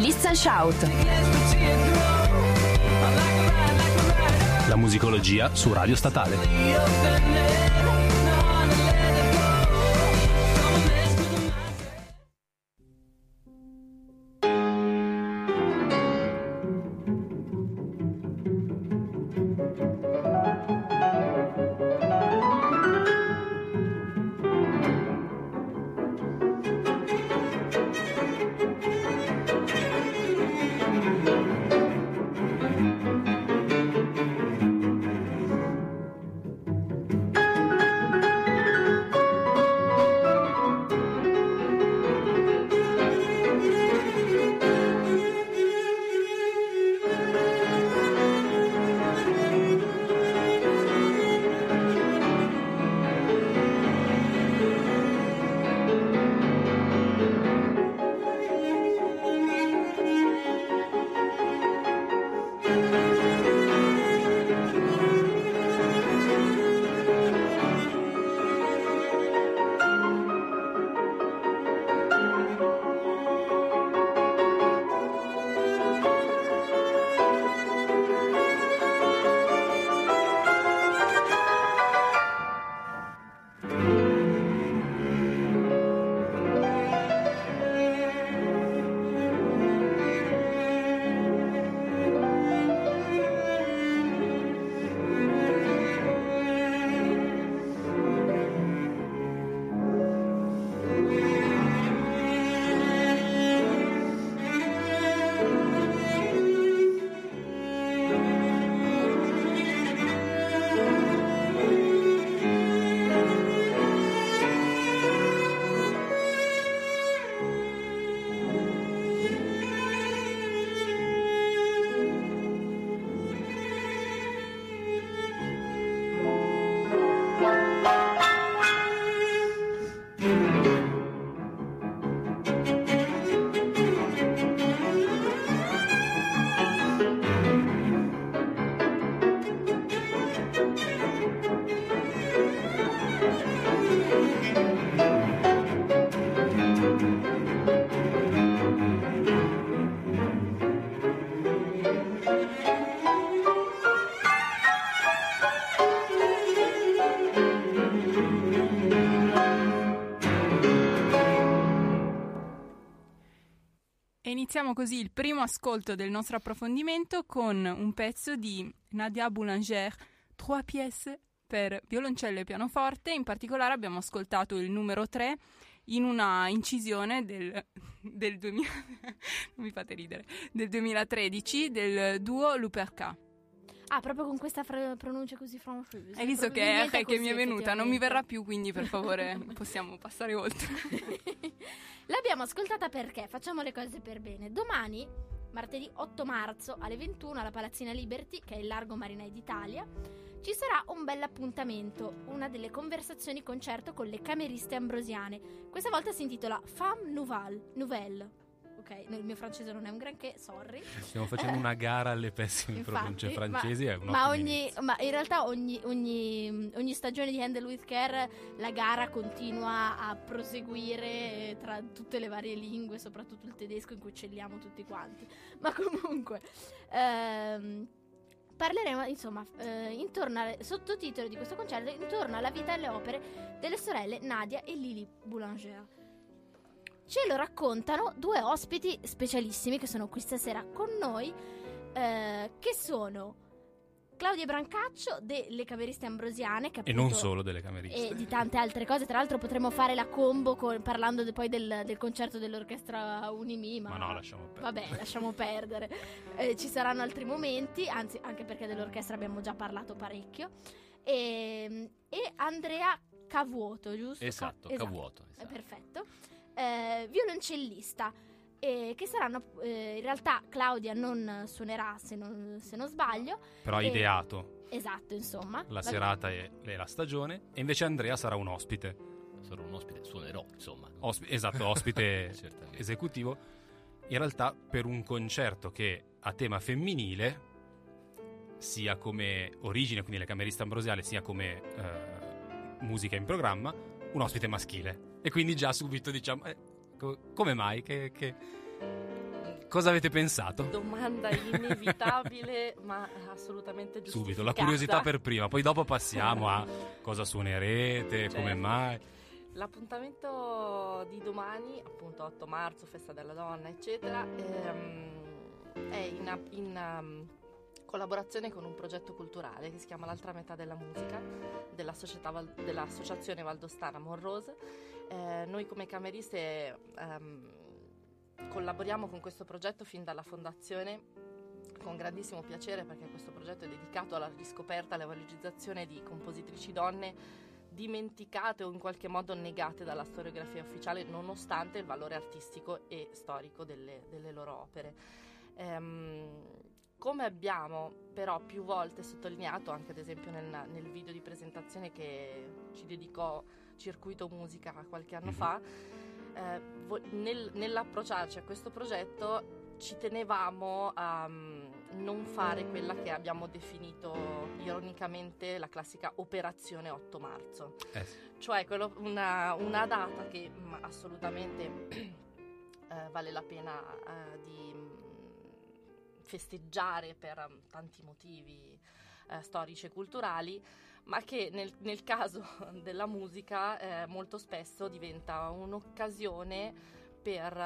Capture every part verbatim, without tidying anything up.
Listen Shout. La musicologia su Radio Statale. Iniziamo così il primo ascolto del nostro approfondimento con un pezzo di Nadia Boulanger, Trois pièces per violoncello e pianoforte. In particolare abbiamo ascoltato il numero tre in una incisione del, del duemila, non mi fate ridere, del duemilatredici del duo Luperca. Ah, proprio con questa fra- pronuncia così francese. Hai visto che, è, che mi è venuta, non mi verrà più, quindi per favore possiamo passare oltre. L'abbiamo ascoltata perché facciamo le cose per bene. Domani, martedì otto marzo alle ventuno alla Palazzina Liberty, che è il Largo Marinai d'Italia, ci sarà un bel appuntamento, una delle conversazioni concerto con le cameriste ambrosiane. Questa volta si intitola Femme Nouvelle. Nouvelle. Ok, il mio francese non è un granché, sorry. Stiamo facendo una gara alle pessime pronunce francesi. Ma, è ma, ogni, ma in realtà ogni, ogni, ogni stagione di Handle with Care la gara continua a proseguire tra tutte le varie lingue, soprattutto il tedesco in cui celliamo tutti quanti. Ma comunque ehm, parleremo insomma eh, intorno al sottotitolo di questo concerto, intorno alla vita e alle opere delle sorelle Nadia e Lili Boulanger. Ce lo raccontano due ospiti specialissimi che sono qui stasera con noi, eh, che sono Claudia Brancaccio delle Cameriste Ambrosiane, che appunto, e non solo delle Cameriste, e di tante altre cose. Tra l'altro potremmo fare la combo con, parlando de, poi del, del concerto dell'orchestra Unimi, ma, ma no, lasciamo perdere. Vabbè, lasciamo perdere. Eh, ci saranno altri momenti, anzi anche perché dell'orchestra abbiamo già parlato parecchio. E, e Andrea Cavuoto, giusto? Esatto, esatto. Cavuoto. Esatto. Eh, perfetto. Eh, violoncellista, eh, che saranno eh, in realtà Claudia non suonerà se non, se non sbaglio, però ha e, ideato esatto, insomma la serata e, e la stagione, e invece Andrea sarà un ospite. Sarò un ospite, suonerò insomma. Osp- esatto, ospite esecutivo, in realtà per un concerto che a tema femminile, sia come origine, quindi le Cameriste Ambrosiane, sia come eh, musica in programma, un ospite maschile. E quindi già subito diciamo, eh, co- come mai? Che, che... Cosa avete pensato? Domanda inevitabile, ma assolutamente giustificata. Subito, la curiosità per prima, poi dopo passiamo a cosa suonerete, Certo. come mai. L'appuntamento di domani, appunto otto marzo, festa della donna, eccetera, ehm, è in, in um, collaborazione con un progetto culturale che si chiama L'altra metà della musica, della società Val- dell'associazione valdostana Monrose. Eh, noi come cameriste ehm, collaboriamo con questo progetto fin dalla fondazione con grandissimo piacere, perché questo progetto è dedicato alla riscoperta e alla valorizzazione di compositrici donne dimenticate o in qualche modo negate dalla storiografia ufficiale, nonostante il valore artistico e storico delle, delle loro opere. Ehm, come abbiamo però più volte sottolineato, anche ad esempio nel, nel video di presentazione che ci dedicò Circuito Musica qualche anno fa, eh, vo- nel, nell'approcciarci a questo progetto ci tenevamo a um, non fare quella che abbiamo definito ironicamente la classica operazione otto marzo, Eh sì. cioè quello, una, una data che mh, assolutamente eh, vale la pena eh, di mh, festeggiare per um, tanti motivi eh, storici e culturali, ma che nel, nel caso della musica eh, molto spesso diventa un'occasione per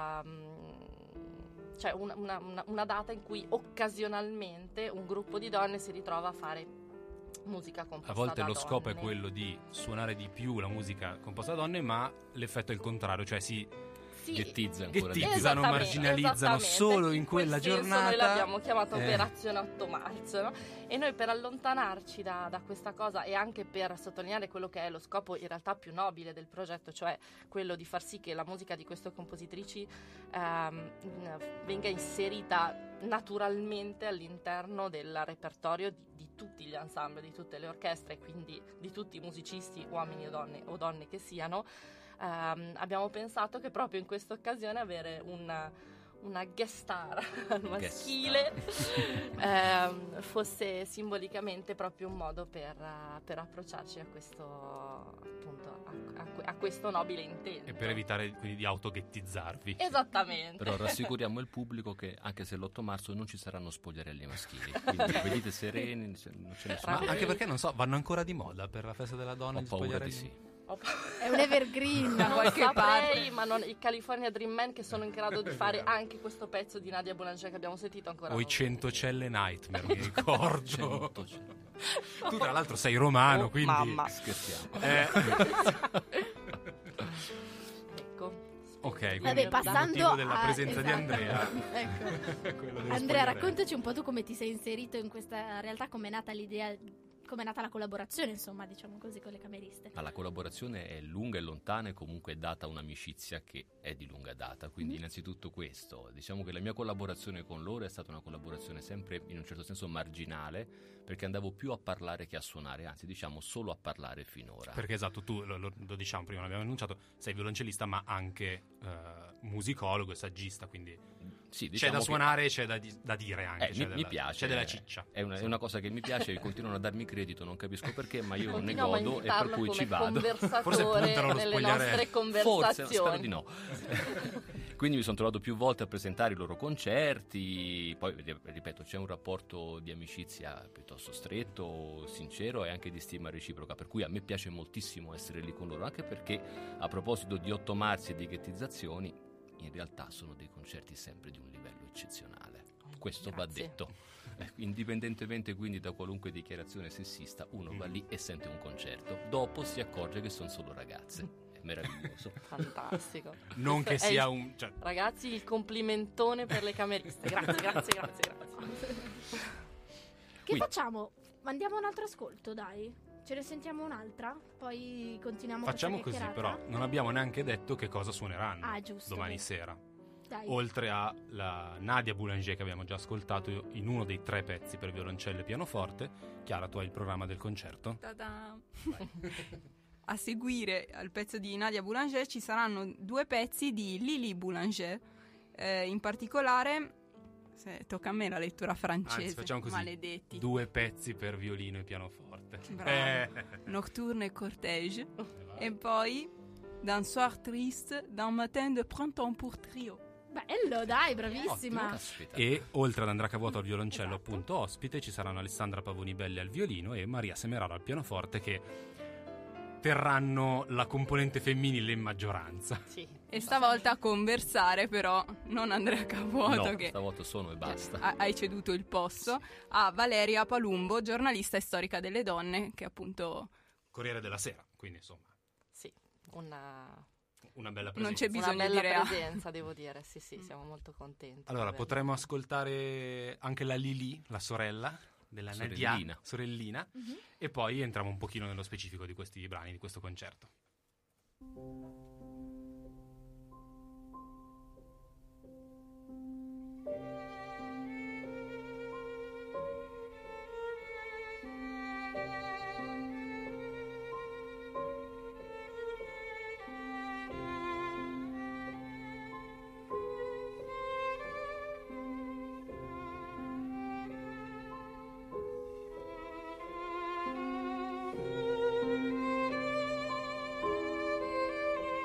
uh, cioè una, una, una data in cui occasionalmente un gruppo di donne si ritrova a fare musica composta A volte da lo scopo è donne. quello di suonare di più la musica composta da donne, ma l'effetto è il contrario, cioè si Sì, Ghettizza ancora di più. ghettizzano, esattamente, marginalizzano esattamente. solo in quella quel senso giornata. Noi l'abbiamo chiamata Eh. operazione otto marzo, no? E noi per allontanarci da, da questa cosa e anche per sottolineare quello che è lo scopo in realtà più nobile del progetto, cioè quello di far sì che la musica di queste compositrici ehm, venga inserita naturalmente all'interno del repertorio di, di tutti gli ensemble, di tutte le orchestre, quindi di tutti i musicisti, uomini o donne, o donne che siano. Um, abbiamo pensato che proprio in questa occasione avere una, una guest star maschile um, fosse simbolicamente proprio un modo per, uh, per approcciarci a questo appunto a, a, a questo nobile intento. E per evitare quindi di autoghettizzarvi. Esattamente. Però rassicuriamo il pubblico che anche se l'otto marzo non ci saranno spogliarelli maschili, quindi venite sereni, non c'è nessuno. Ma anche perché non so, vanno ancora di moda per la festa della donna Ho gli paura di spogliarelli? sì. È un evergreen da Non qualche saprei, parte. ma non, i California Dream Men che sono in grado di fare anche questo pezzo di Nadia Boulanger che abbiamo sentito ancora. O i non- Centocelle Nightmare, mi ricordo. Cento, cento. Tu tra l'altro sei romano, Oh, quindi mamma. Scherziamo. Eh, Ecco. ok, quindi Vabbè, il passando motivo della a- presenza di esatto. Andrea Ecco. è quello dello Andrea, spogliarello. raccontaci un po' tu come ti sei inserito in questa realtà, come è nata l'idea, come è nata la collaborazione, insomma, diciamo così, con le cameriste. Ma la collaborazione è lunga e lontana e comunque è data un'amicizia che è di lunga data, quindi Mm-hmm. innanzitutto questo, diciamo che la mia collaborazione con loro è stata una collaborazione sempre in un certo senso marginale, perché andavo più a parlare che a suonare, anzi diciamo solo a parlare finora. Perché esatto, tu lo, lo- lo diciamo prima, l'abbiamo annunciato, sei violoncellista ma anche eh, musicologo e saggista, quindi Sì, c'è diciamo da che- suonare e c'è da, di- da dire anche. Eh, c'è mi, della, mi piace, C'è della eh, ciccia. È una, è una cosa che mi piace e continuano a darmi credito, non capisco perché, ma io ne Continuiamo a godo e per invitarlo cui come ci vado. Forse conversatore puntano allo nelle spogliarello. nostre Forse, conversazioni. spero di no. Quindi mi sono trovato più volte a presentare i loro concerti, poi ri- ripeto c'è un rapporto di amicizia piuttosto stretto, sincero e anche di stima reciproca, per cui a me piace moltissimo essere lì con loro, anche perché a proposito di otto marzi e di ghettizzazioni, in realtà sono dei concerti sempre di un livello eccezionale, questo va Grazie. detto. Eh, indipendentemente quindi da qualunque dichiarazione sessista, uno va lì e sente un concerto, dopo si accorge che sono solo ragazze. Meraviglioso. Fantastico. Non che Questo è sia il- un... Cioè, Ragazzi, il complimentone per le cameriste. Grazie, grazie, grazie, grazie. Che Qui. facciamo? Mandiamo un altro ascolto, dai. Ce ne sentiamo un'altra? Poi continuiamo facciamo questa così, chiacchierata? però non abbiamo neanche detto che cosa suoneranno Ah, giusto. domani sera. Dai. Oltre alla Nadia Boulanger che abbiamo già ascoltato in uno dei tre pezzi per violoncello e pianoforte. Chiara, tu hai il programma del concerto? Ta-da. A seguire al pezzo di Nadia Boulanger ci saranno due pezzi di Lily Boulanger, eh, in particolare se tocca a me la lettura francese. Anzi, facciamo così. Maledetti. Due pezzi per violino e pianoforte. Bravo. Eh. Nocturne et cortège e poi D'un soir triste, d'un matin de printemps pour trio. Bello, dai, bravissima. Caspita. E oltre ad Andrea Cavuoto al violoncello, esatto, appunto ospite, ci saranno Alessandra Pavonibelli al violino e Maria Semeraro al pianoforte, che terranno la componente femminile in maggioranza. Sì. E stavolta a conversare però non Andrea Cavuoto, No, che stavolta sono e basta. ha- hai ceduto il posto, a Valeria Palumbo, giornalista e storica delle donne, che appunto Corriere della Sera, quindi insomma Sì, una, una bella presenza. non c'è una bisogno bella di dire ah. presenza, devo dire. Sì, sì, siamo molto contenti. Allora, di averla. potremmo ascoltare anche la Lili, la sorella della Nadia, Sorellina. sorellina, Mhm. e poi entriamo un pochino nello specifico di questi brani, di questo concerto. Thank you.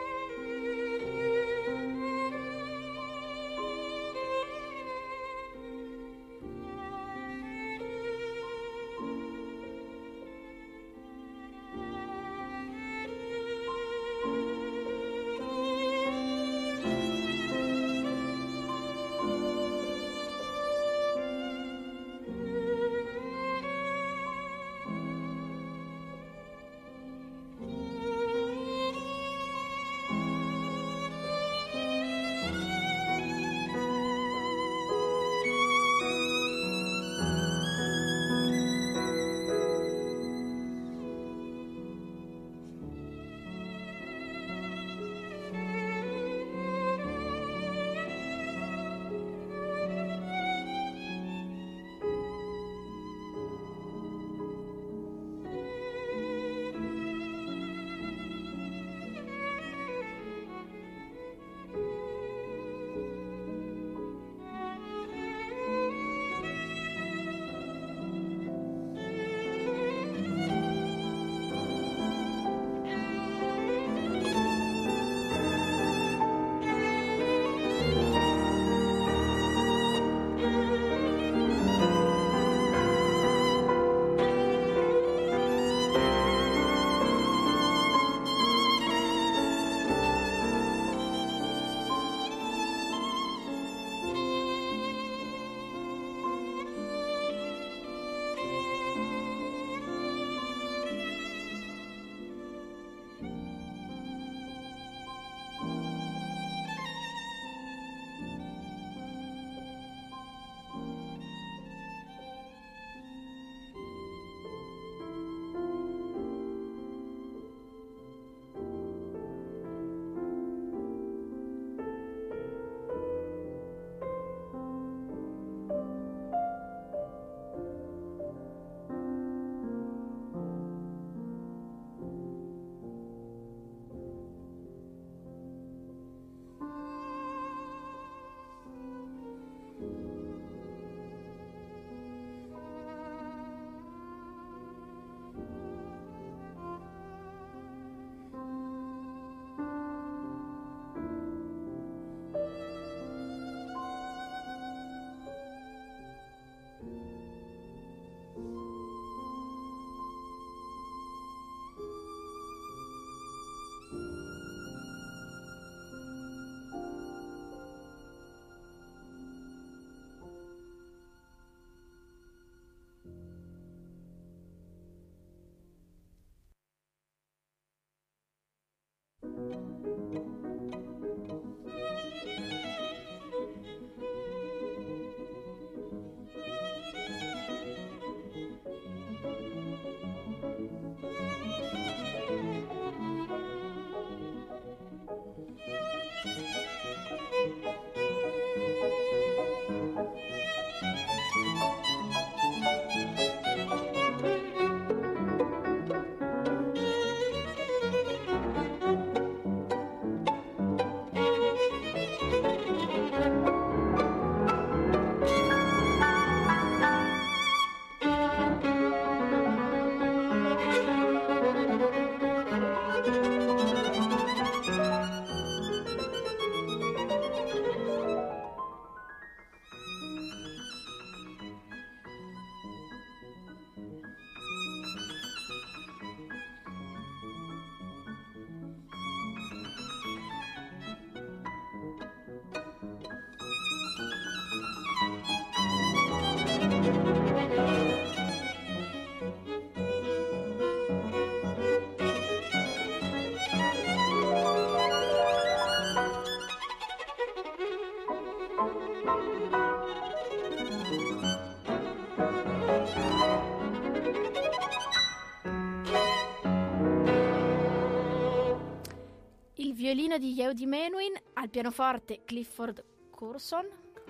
violino di Yehudi Menuhin, al pianoforte Clifford Curson,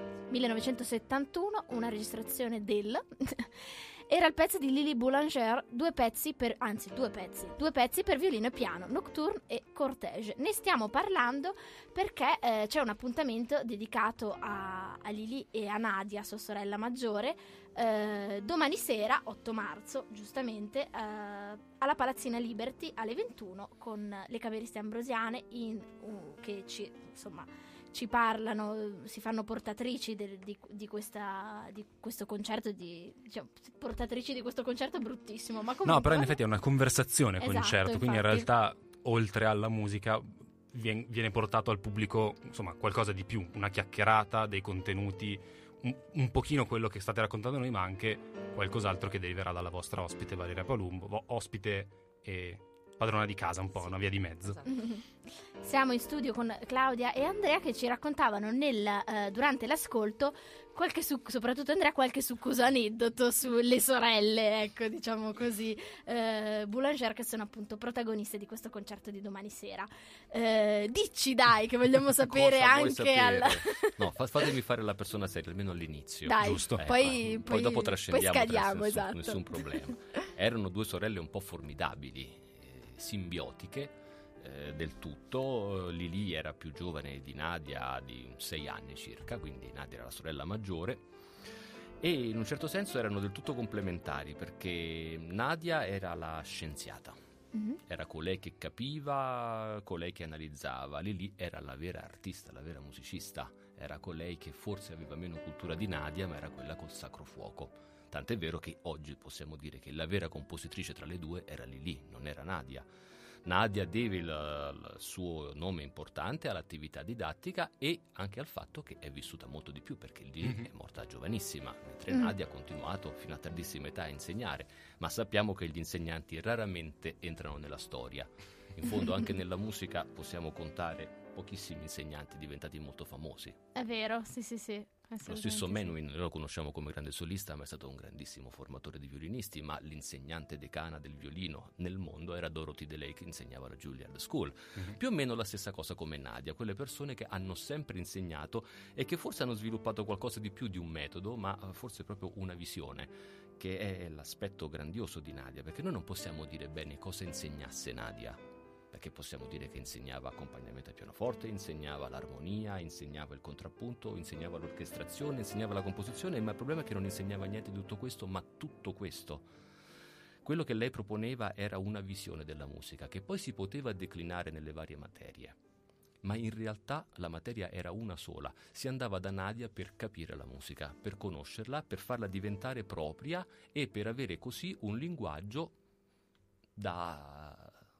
millenovecentosettantuno, una registrazione del... Era il pezzo di Lily Boulanger, due pezzi per, anzi due pezzi, due pezzi per violino e piano, Nocturne e Cortège. Ne stiamo parlando perché eh, c'è un appuntamento dedicato a, a Lily e a Nadia, sua sorella maggiore, eh, domani sera, otto marzo, giustamente, eh, alla Palazzina Liberty alle ventuno con le Cameriste Ambrosiane in, uh, che ci, insomma... ci parlano, si fanno portatrici de, di, di, questa, di questo concerto, di, diciamo, portatrici di questo concerto bruttissimo, ma comunque... No, però in effetti è una conversazione esatto, concerto, quindi in infatti. realtà oltre alla musica viene, viene portato al pubblico, insomma, qualcosa di più, una chiacchierata, dei contenuti, un, un pochino quello che state raccontando noi, ma anche qualcos'altro che deriverà dalla vostra ospite Valeria Palumbo, ospite e padrona di casa, un po', una via di mezzo. Esatto. Siamo in studio con Claudia e Andrea che ci raccontavano nel, eh, durante l'ascolto qualche suc- soprattutto Andrea qualche succoso aneddoto sulle sorelle, ecco, diciamo così, eh, Boulanger, che sono appunto protagoniste di questo concerto di domani sera. Eh, dici dai, che vogliamo sapere Cosa vuoi anche sapere? alla... No, fa- fatemi fare la persona seria, almeno all'inizio. Dai, Giusto. Eh, poi, poi, poi, dopo poi trascendiamo, scadiamo, nessun, esatto. nessun problema. Erano due sorelle un po' formidabili, eh, simbiotiche, eh, del tutto. Lili era più giovane di Nadia di sei anni circa, quindi Nadia era la sorella maggiore, e in un certo senso erano del tutto complementari, perché Nadia era la scienziata, Mhm. era colei che capiva, colei che analizzava. Lili era la vera artista, la vera musicista, era colei che forse aveva meno cultura di Nadia, ma era quella col sacro fuoco. Tant'è vero che oggi possiamo dire che la vera compositrice tra le due era Lili, non era Nadia. Nadia deve il, il suo nome importante all'attività didattica e anche al fatto che è vissuta molto di più, perché Lili Mm-hmm. è morta giovanissima, mentre Mm. Nadia ha continuato fino a tardissima età a insegnare. Ma sappiamo che gli insegnanti raramente entrano nella storia. In fondo anche nella musica possiamo contare pochissimi insegnanti diventati molto famosi. È vero, sì sì sì. Lo assolutamente stesso sì. Menuhin, noi lo conosciamo come grande solista, ma è stato un grandissimo formatore di violinisti, ma l'insegnante decana del violino nel mondo era Dorothy DeLay, che insegnava alla Juilliard School. Mhm. Più o meno la stessa cosa come Nadia, quelle persone che hanno sempre insegnato e che forse hanno sviluppato qualcosa di più di un metodo, ma forse proprio una visione, che è l'aspetto grandioso di Nadia, perché noi non possiamo dire bene cosa insegnasse Nadia, perché possiamo dire che insegnava accompagnamento al pianoforte, insegnava l'armonia, insegnava il contrappunto, insegnava l'orchestrazione, insegnava la composizione, ma il problema è che non insegnava niente di tutto questo, ma tutto questo. Quello che lei proponeva era una visione della musica, che poi si poteva declinare nelle varie materie, ma in realtà la materia era una sola. Si andava da Nadia per capire la musica, per conoscerla, per farla diventare propria e per avere così un linguaggio da...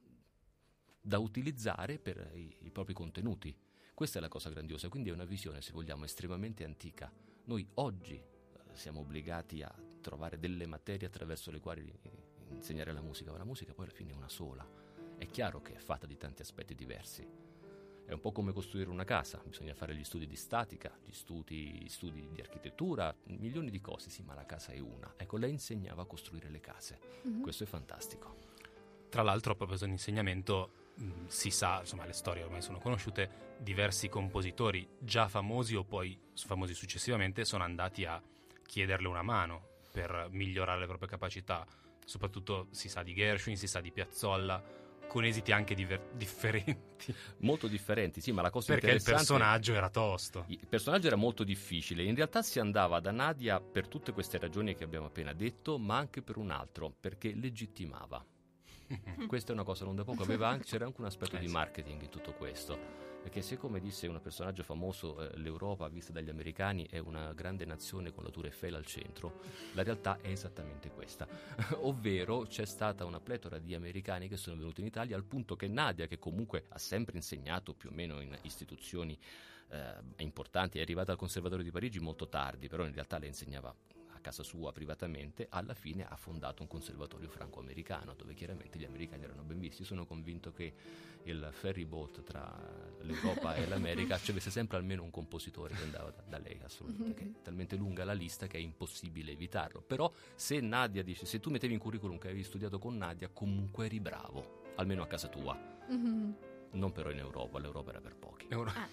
da utilizzare per i, i propri contenuti. Questa è la cosa grandiosa, quindi è una visione, se vogliamo, estremamente antica. Noi oggi eh, siamo obbligati a trovare delle materie attraverso le quali eh, insegnare la musica, ma la musica poi alla fine è una sola. È chiaro che è fatta di tanti aspetti diversi. È un po' come costruire una casa, bisogna fare gli studi di statica, gli studi, gli studi di architettura, milioni di cose, sì, ma la casa è una. Ecco, lei insegnava a costruire le case. Mhm. Questo è fantastico. Tra l'altro, proprio sull'insegnamento, mh, si sa, insomma, le storie ormai sono conosciute, diversi compositori già famosi o poi famosi successivamente sono andati a chiederle una mano per migliorare le proprie capacità. Soprattutto si sa di Gershwin, si sa di Piazzolla, con esiti anche diver- differenti. Molto differenti, sì, ma la cosa Perché il interessante... personaggio era tosto. Il personaggio era molto difficile. In realtà si andava da Nadia per tutte queste ragioni che abbiamo appena detto, ma anche per un altro, perché legittimava. Questa è una cosa non da poco, aveva anche, c'era anche un aspetto Eh, di sì. marketing in tutto questo, perché se, come disse un personaggio famoso, eh, l'Europa vista dagli americani è una grande nazione con la Tour Eiffel al centro, la realtà è esattamente questa. Ovvero c'è stata una pletora di americani che sono venuti in Italia, al punto che Nadia, che comunque ha sempre insegnato più o meno in istituzioni eh, importanti, è arrivata al Conservatorio di Parigi molto tardi, però in realtà lei insegnava a casa sua privatamente, alla fine ha fondato un conservatorio franco-americano dove chiaramente gli americani erano ben visti. Sono convinto che il ferry boat tra l'Europa e l'America ci avesse sempre almeno un compositore che andava da, da lei, assolutamente, che è talmente lunga la lista che è impossibile evitarlo. Però se Nadia dice, se tu mettevi in curriculum che avevi studiato con Nadia, comunque eri bravo, almeno a casa tua. Mhm. Non però in Europa, l'Europa era per pochi. Euro- Ah.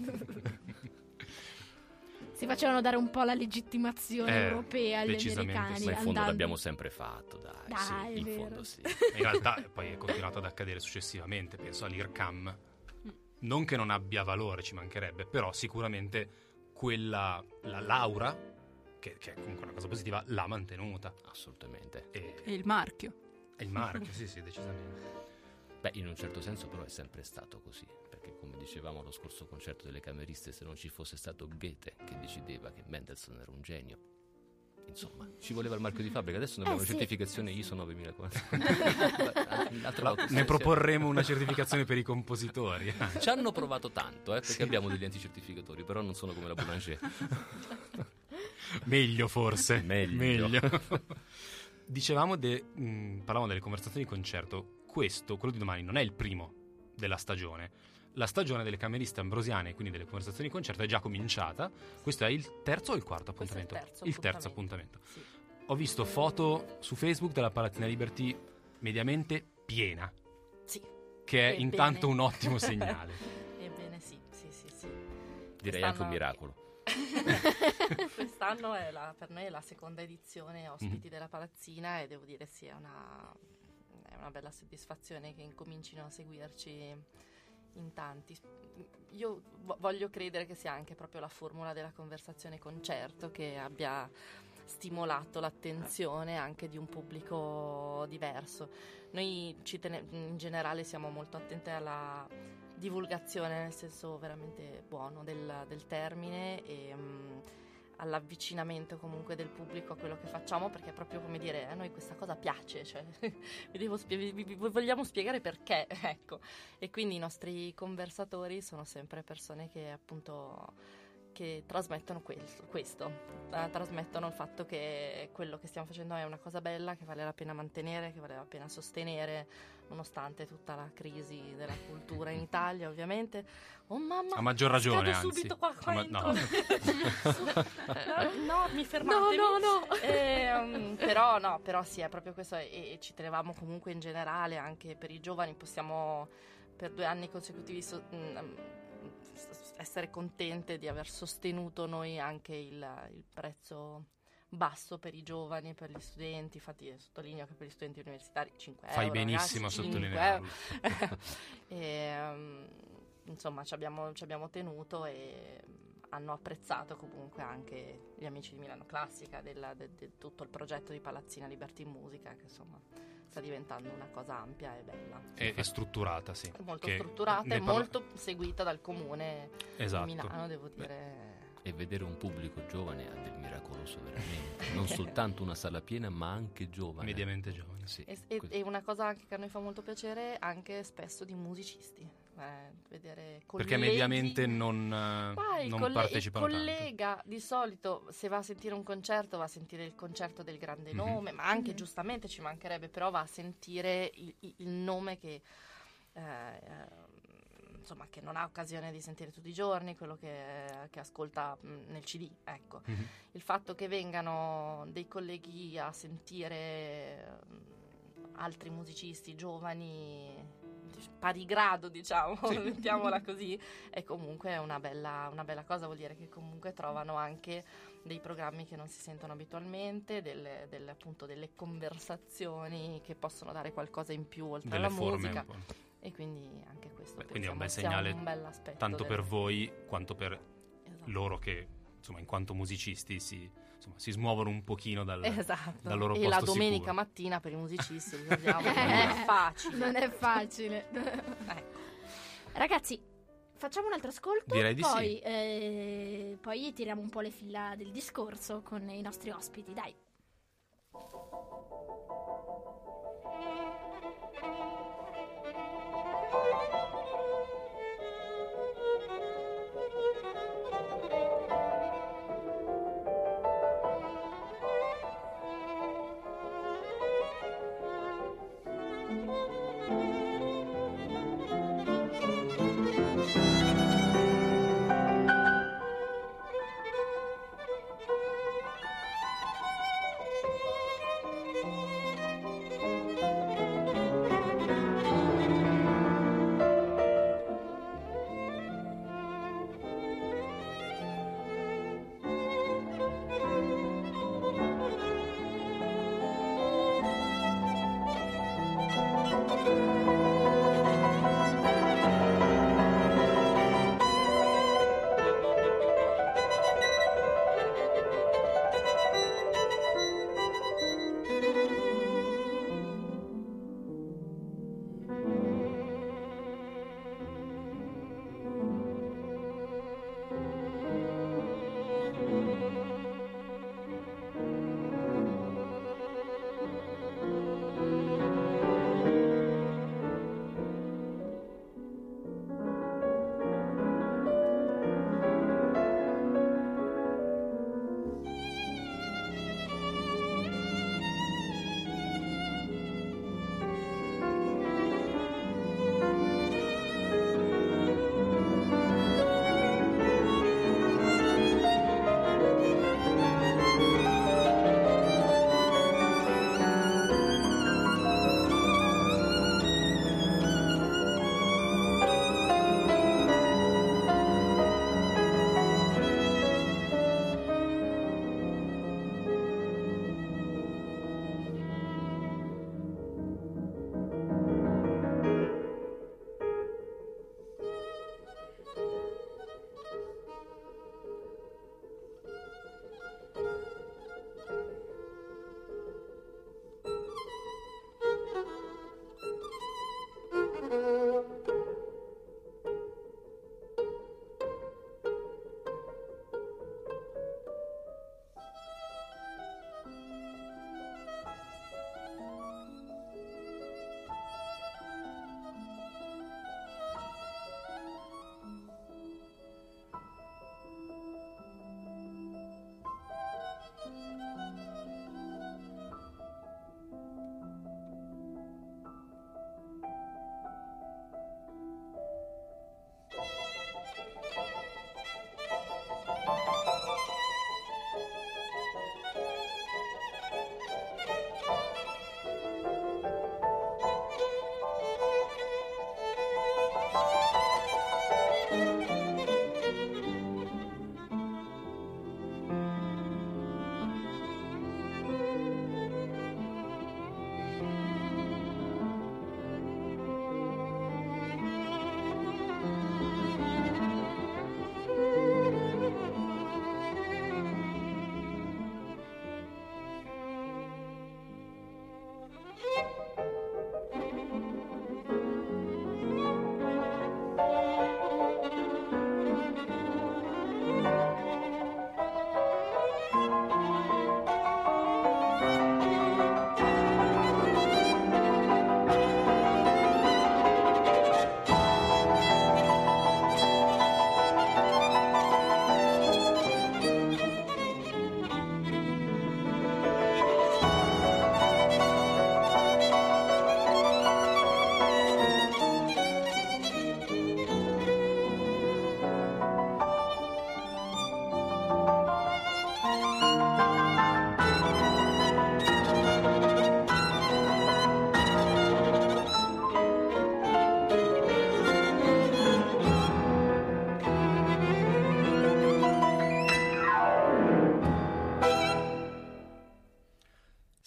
Si facevano dare un po' la legittimazione Eh, europea agli decisamente americani. sì. Ma in fondo andando- l'abbiamo sempre fatto, dai, Dai, sì, è in vero. fondo sì. In realtà poi è continuato ad accadere successivamente, penso all'I R C A M. Non che non abbia valore, ci mancherebbe, però sicuramente quella, la Laura, che, che è comunque una cosa positiva, l'ha mantenuta. Assolutamente. E, E il marchio. e il marchio, sì, sì, decisamente. Beh, in un certo senso però è sempre stato così, perché come dicevamo allo scorso concerto delle Cameriste, se non ci fosse stato Goethe che decideva che Mendelssohn era un genio, insomma, ci voleva il marchio di fabbrica. Adesso noi Eh, abbiamo sì. una certificazione I S O novemilaquattro. Ne proporremo una certificazione per i compositori. Ci hanno provato tanto, eh, perché abbiamo degli anticertificatori, però non sono come la Boulanger. Meglio forse. Meglio. Dicevamo, de, mh, parlavamo delle conversazioni di concerto. Questo, quello di domani, non è il primo della stagione. La stagione delle cameriste ambrosiane, quindi delle conversazioni di concerto, è già cominciata. Questo è il terzo o il quarto Questo è il appuntamento? terzo Il terzo appuntamento. appuntamento. Sì. Ho visto foto su Facebook della Palatina Liberty mediamente piena, Sì. che è Ebbene. intanto un ottimo segnale. Ebbene sì, sì, sì, sì. Direi anche un Quest'anno- miracolo. Quest'anno è la, per noi è la seconda edizione ospiti Mhm. della Palazzina e devo dire sì, è una, è una bella soddisfazione che incomincino a seguirci in tanti. Io vo- voglio credere che sia anche proprio la formula della conversazione concerto che abbia stimolato l'attenzione anche di un pubblico diverso. Noi ci tene- in generale siamo molto attenti alla divulgazione nel senso veramente buono del, del termine e mh, all'avvicinamento comunque del pubblico a quello che facciamo, perché proprio come dire a noi questa cosa piace, cioè vi, devo spie- vi- vi- vi vogliamo spiegare perché, ecco, e quindi i nostri conversatori sono sempre persone che appunto che trasmettono questo, questo eh, trasmettono il fatto che quello che stiamo facendo è una cosa bella, che vale la pena mantenere, che vale la pena sostenere, nonostante tutta la crisi della cultura in Italia, ovviamente. Oh mamma, A maggior ragione, scado anzi. subito qua, qua A ma- entro. no. no, no, mi fermatevi. No, no, no. Ehm, però no, però sì, è proprio questo e, e ci tenevamo comunque in generale, anche per i giovani, possiamo per due anni consecutivi so- mh, essere contente di aver sostenuto noi anche il, il prezzo basso per i giovani e per gli studenti. Infatti sottolineo che per gli studenti universitari cinque Fai euro, benissimo a ragazzi, sottolinearlo. cinque euro. e, um, insomma ci abbiamo, ci abbiamo tenuto e hanno apprezzato comunque anche gli amici di Milano Classica del, de, de tutto il progetto di Palazzina Liberty in Musica, che insomma sta diventando una cosa ampia e bella, È, è strutturata, sì. molto Che strutturata ne e parla- molto seguita dal comune Esatto. di Milano, devo dire. E vedere un pubblico giovane ha del miracoloso veramente. Non soltanto una sala piena, ma anche giovane. Mediamente giovani, sì. E, e, e una cosa anche che a noi fa molto piacere, anche spesso di musicisti, eh, vedere colleghi. Perché mediamente non, eh, Ah, il non colle- partecipano il tanto. collega di solito se va a sentire un concerto va a sentire il concerto del grande Mhm. nome, ma anche Mhm. giustamente ci mancherebbe, però va a sentire il, il- il nome che eh, eh, insomma che non ha occasione di sentire tutti i giorni, quello che, che ascolta mh, nel C D, ecco. Mhm. Il fatto che vengano dei colleghi a sentire mh, altri musicisti giovani dic- pari grado, diciamo, mettiamola così, è comunque una bella, una bella cosa, vuol dire che comunque trovano anche dei programmi che non si sentono abitualmente, delle, delle, appunto delle conversazioni che possono dare qualcosa in più oltre Delle alla forme musica, un po'. e quindi anche questo Beh, quindi è un pensiamo bel sia segnale un bell'aspetto tanto del- per voi quanto per Esatto. loro che, insomma, in quanto musicisti si, insomma, si smuovono un pochino dal, Esatto. dal loro e posto la domenica sicuro. mattina per i musicisti, ricordiamo, non è facile. Non è facile. Ecco. Ragazzi, facciamo un altro ascolto. Direi di poi, sì. eh, poi tiriamo un po' le fila del discorso con i nostri ospiti. Dai.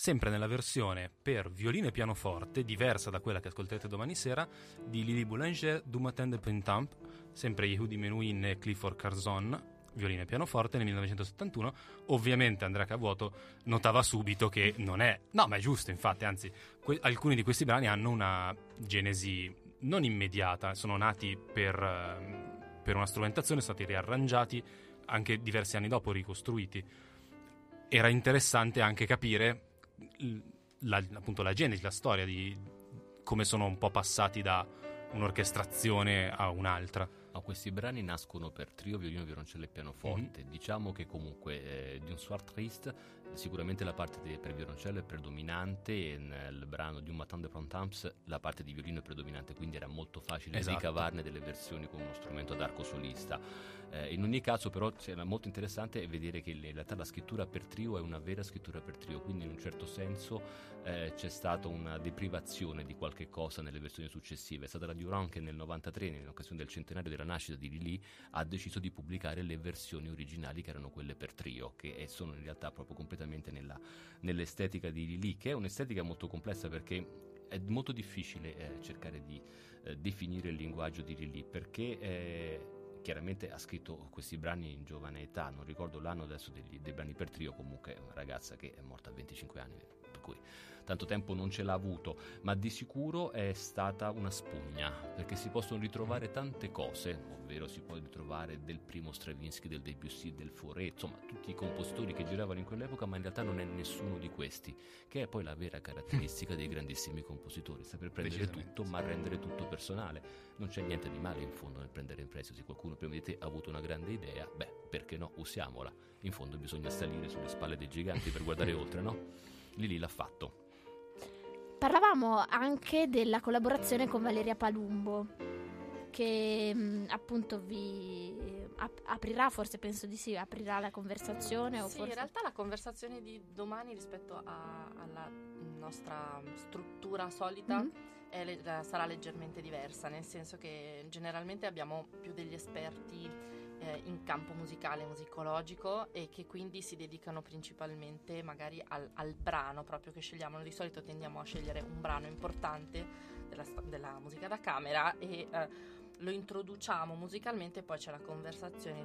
sempre nella versione per violino e pianoforte, diversa da quella che ascolterete domani sera, di Lili Boulanger, Du Matin de Printemps, sempre Yehudi Menuhin e Clifford Curzon, violino e pianoforte nel millenovecentosettantuno. Ovviamente Andrea Cavuoto notava subito che non è, no ma è giusto, infatti, anzi que- alcuni di questi brani hanno una genesi non immediata, sono nati per, uh, per una strumentazione, sono stati riarrangiati anche diversi anni dopo, ricostruiti. Era interessante anche capire la, appunto la genesi, la storia di come sono un po' passati da un'orchestrazione a un'altra. No, questi brani nascono per trio, violino, violoncello e pianoforte. Mm-hmm. Diciamo che comunque eh, di un soir triste sicuramente la parte de, per violoncello è predominante, e nel brano di Un Matin de Printemps la parte di violino è predominante, quindi era molto facile esatto. ricavarne delle versioni con uno strumento ad arco solista. Eh, in ogni caso però c'era molto interessante vedere che in realtà la scrittura per trio è una vera scrittura per trio, quindi in un certo senso eh, c'è stata una deprivazione di qualche cosa nelle versioni successive. È stata la Durand che nel novantatré, in occasione del centenario della nascita di Lili, ha deciso di pubblicare le versioni originali che erano quelle per trio, che sono in realtà proprio completamente nella, nell'estetica di Lili, che è un'estetica molto complessa perché è molto difficile eh, cercare di eh, definire il linguaggio di Lili, perché eh, chiaramente ha scritto questi brani in giovane età, non ricordo l'anno adesso degli, dei brani per trio, comunque è una ragazza che è morta a venticinque anni, per cui tanto tempo non ce l'ha avuto, ma di sicuro è stata una spugna, perché si possono ritrovare tante cose, ovvero si può ritrovare del primo Stravinsky, del Debussy, del Fauré, insomma tutti i compositori che giravano in quell'epoca, ma in realtà non è nessuno di questi, che è poi la vera caratteristica dei grandissimi compositori, saper prendere tutto ma rendere tutto personale. Non c'è niente di male in fondo nel prendere in prestito. Se qualcuno prima di te ha avuto una grande idea, beh, perché no, usiamola. In fondo bisogna salire sulle spalle dei giganti per guardare oltre, no? Lili l'ha fatto. Parlavamo anche della collaborazione con Valeria Palumbo, che mh, appunto vi ap- aprirà, forse penso di sì, aprirà la conversazione. O sì, forse... in realtà la conversazione di domani rispetto a, alla nostra struttura solita mm-hmm. è le- sarà leggermente diversa, nel senso che generalmente abbiamo più degli esperti in campo musicale, musicologico, e che quindi si dedicano principalmente magari al, al brano proprio che scegliamo. Noi di solito tendiamo a scegliere un brano importante della, della musica da camera e eh, lo introduciamo musicalmente, poi c'è la conversazione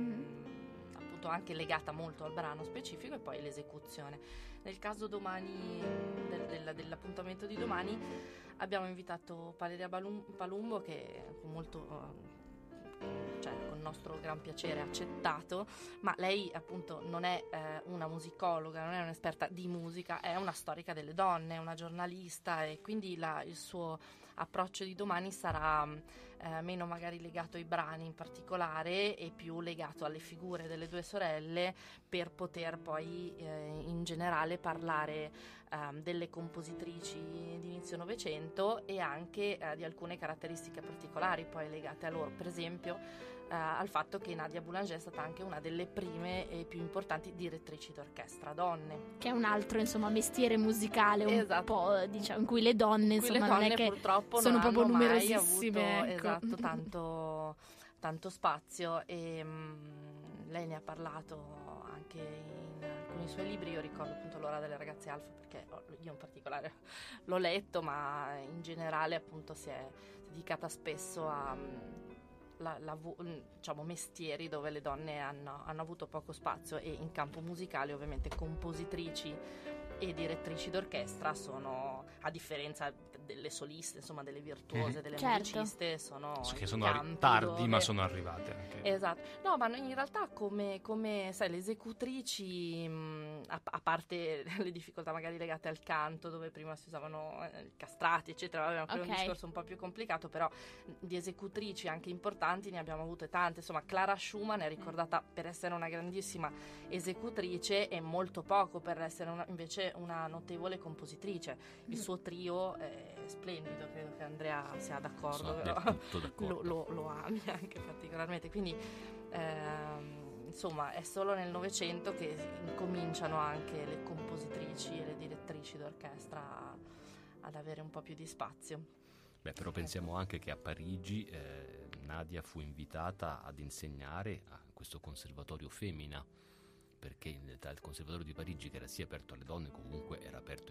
mh, appunto anche legata molto al brano specifico, e poi l'esecuzione. Nel caso domani del, del, dell'appuntamento di domani abbiamo invitato Valeria Balum- Palumbo, che con molto cioè con nostro gran piacere accettato, ma lei appunto non è eh, una musicologa, non è un'esperta di musica, è una storica delle donne, è una giornalista, e quindi la, il suo approccio di domani sarà eh, meno magari legato ai brani in particolare e più legato alle figure delle due sorelle, per poter poi eh, in generale parlare eh, delle compositrici di inizio Novecento e anche eh, di alcune caratteristiche particolari poi legate a loro, per esempio Uh, al fatto che Nadia Boulanger è stata anche una delle prime e più importanti direttrici d'orchestra donne, che è un altro insomma mestiere musicale un esatto. po', diciamo, in cui le donne insomma le non donne è che purtroppo sono non proprio hanno numerosissime, mai avuto, ecco. esatto, tanto, tanto spazio, e mh, lei ne ha parlato anche in alcuni suoi libri. Io ricordo appunto L'ora delle ragazze alfa, perché io in particolare l'ho letto, ma in generale appunto si è dedicata spesso a La, la, diciamo mestieri dove le donne hanno, hanno avuto poco spazio, e in campo musicale ovviamente compositrici e direttrici d'orchestra sono, a differenza delle soliste, insomma delle virtuose, delle certo. musiciste, sono che sono arri- tardi dove... ma sono arrivate anche. Esatto, no, ma in realtà come, come sai, le esecutrici, mh, a, a parte le difficoltà magari legate al canto, dove prima si usavano eh, castrati eccetera, vabbè, okay. È un discorso un po' più complicato, però di esecutrici anche importanti ne abbiamo avute tante. Insomma, Clara Schumann è ricordata per essere una grandissima esecutrice e molto poco per essere una, invece una notevole compositrice. Il suo trio è splendido, credo che Andrea sia d'accordo, Sono però del tutto d'accordo. lo, lo, lo ami anche particolarmente, quindi ehm, insomma è solo nel Novecento che incominciano anche le compositrici e le direttrici d'orchestra ad avere un po' più di spazio. Beh, però pensiamo anche che a Parigi eh, Nadia fu invitata ad insegnare a questo conservatorio Femina, perché in realtà il conservatorio di Parigi, che era sia aperto alle donne, comunque era aperto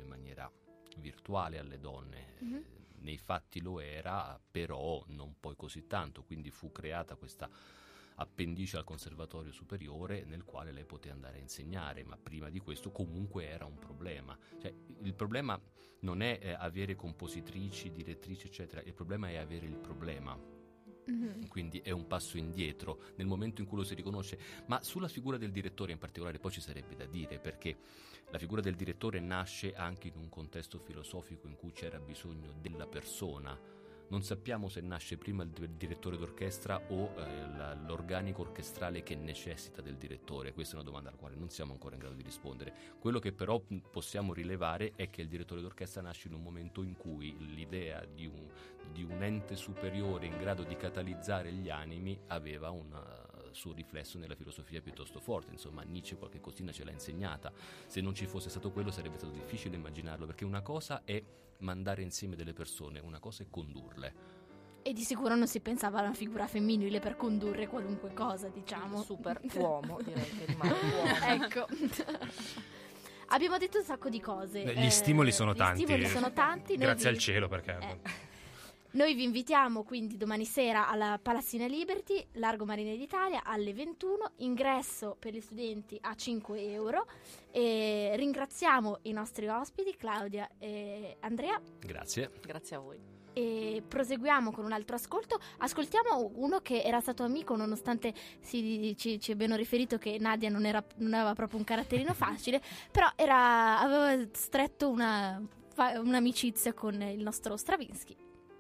virtuale alle donne. Mm-hmm. Nei fatti lo era, però non poi così tanto, quindi fu creata questa appendice al Conservatorio Superiore nel quale lei poteva andare a insegnare, ma prima di questo comunque era un problema. Cioè, il problema non è eh, avere compositrici, direttrici, eccetera, il problema è avere il problema. Mm-hmm. Quindi è un passo indietro nel momento in cui lo si riconosce, ma sulla figura del direttore in particolare poi ci sarebbe da dire, perché la figura del direttore nasce anche in un contesto filosofico in cui c'era bisogno della persona. Non sappiamo se nasce prima il direttore d'orchestra o eh, la, l'organico orchestrale che necessita del direttore. Questa è una domanda alla quale non siamo ancora in grado di rispondere. Quello che però possiamo rilevare è che il direttore d'orchestra nasce in un momento in cui l'idea di un, di un ente superiore in grado di catalizzare gli animi aveva una suo riflesso nella filosofia piuttosto forte. Insomma, Nietzsche qualche cosina ce l'ha insegnata. Se non ci fosse stato quello sarebbe stato difficile immaginarlo, perché una cosa è mandare insieme delle persone, una cosa è condurle. E di sicuro non si pensava a una figura femminile per condurre qualunque cosa, diciamo. Super uomo, direi che rimane uomo. Ecco. Abbiamo detto un sacco di cose. Gli eh, stimoli sono gli tanti. Gli stimoli sono tanti. Grazie vi... al cielo, perché... Eh. Noi vi invitiamo quindi domani sera alla Palazzina Liberty, Largo Marina d'Italia, alle ventuno, ingresso per gli studenti a cinque euro. E ringraziamo i nostri ospiti, Claudia e Andrea. Grazie. Grazie a voi. E proseguiamo con un altro ascolto. Ascoltiamo uno che era stato amico, nonostante si, ci, ci abbiano riferito che Nadia non, era, non aveva proprio un caratterino facile, però era, aveva stretto una, un'amicizia con il nostro Stravinsky.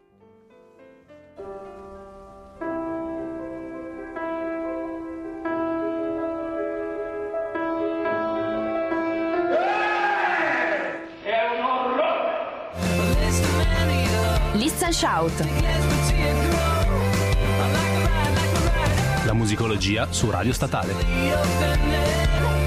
Listen Shout. La musicologia su Radio Statale.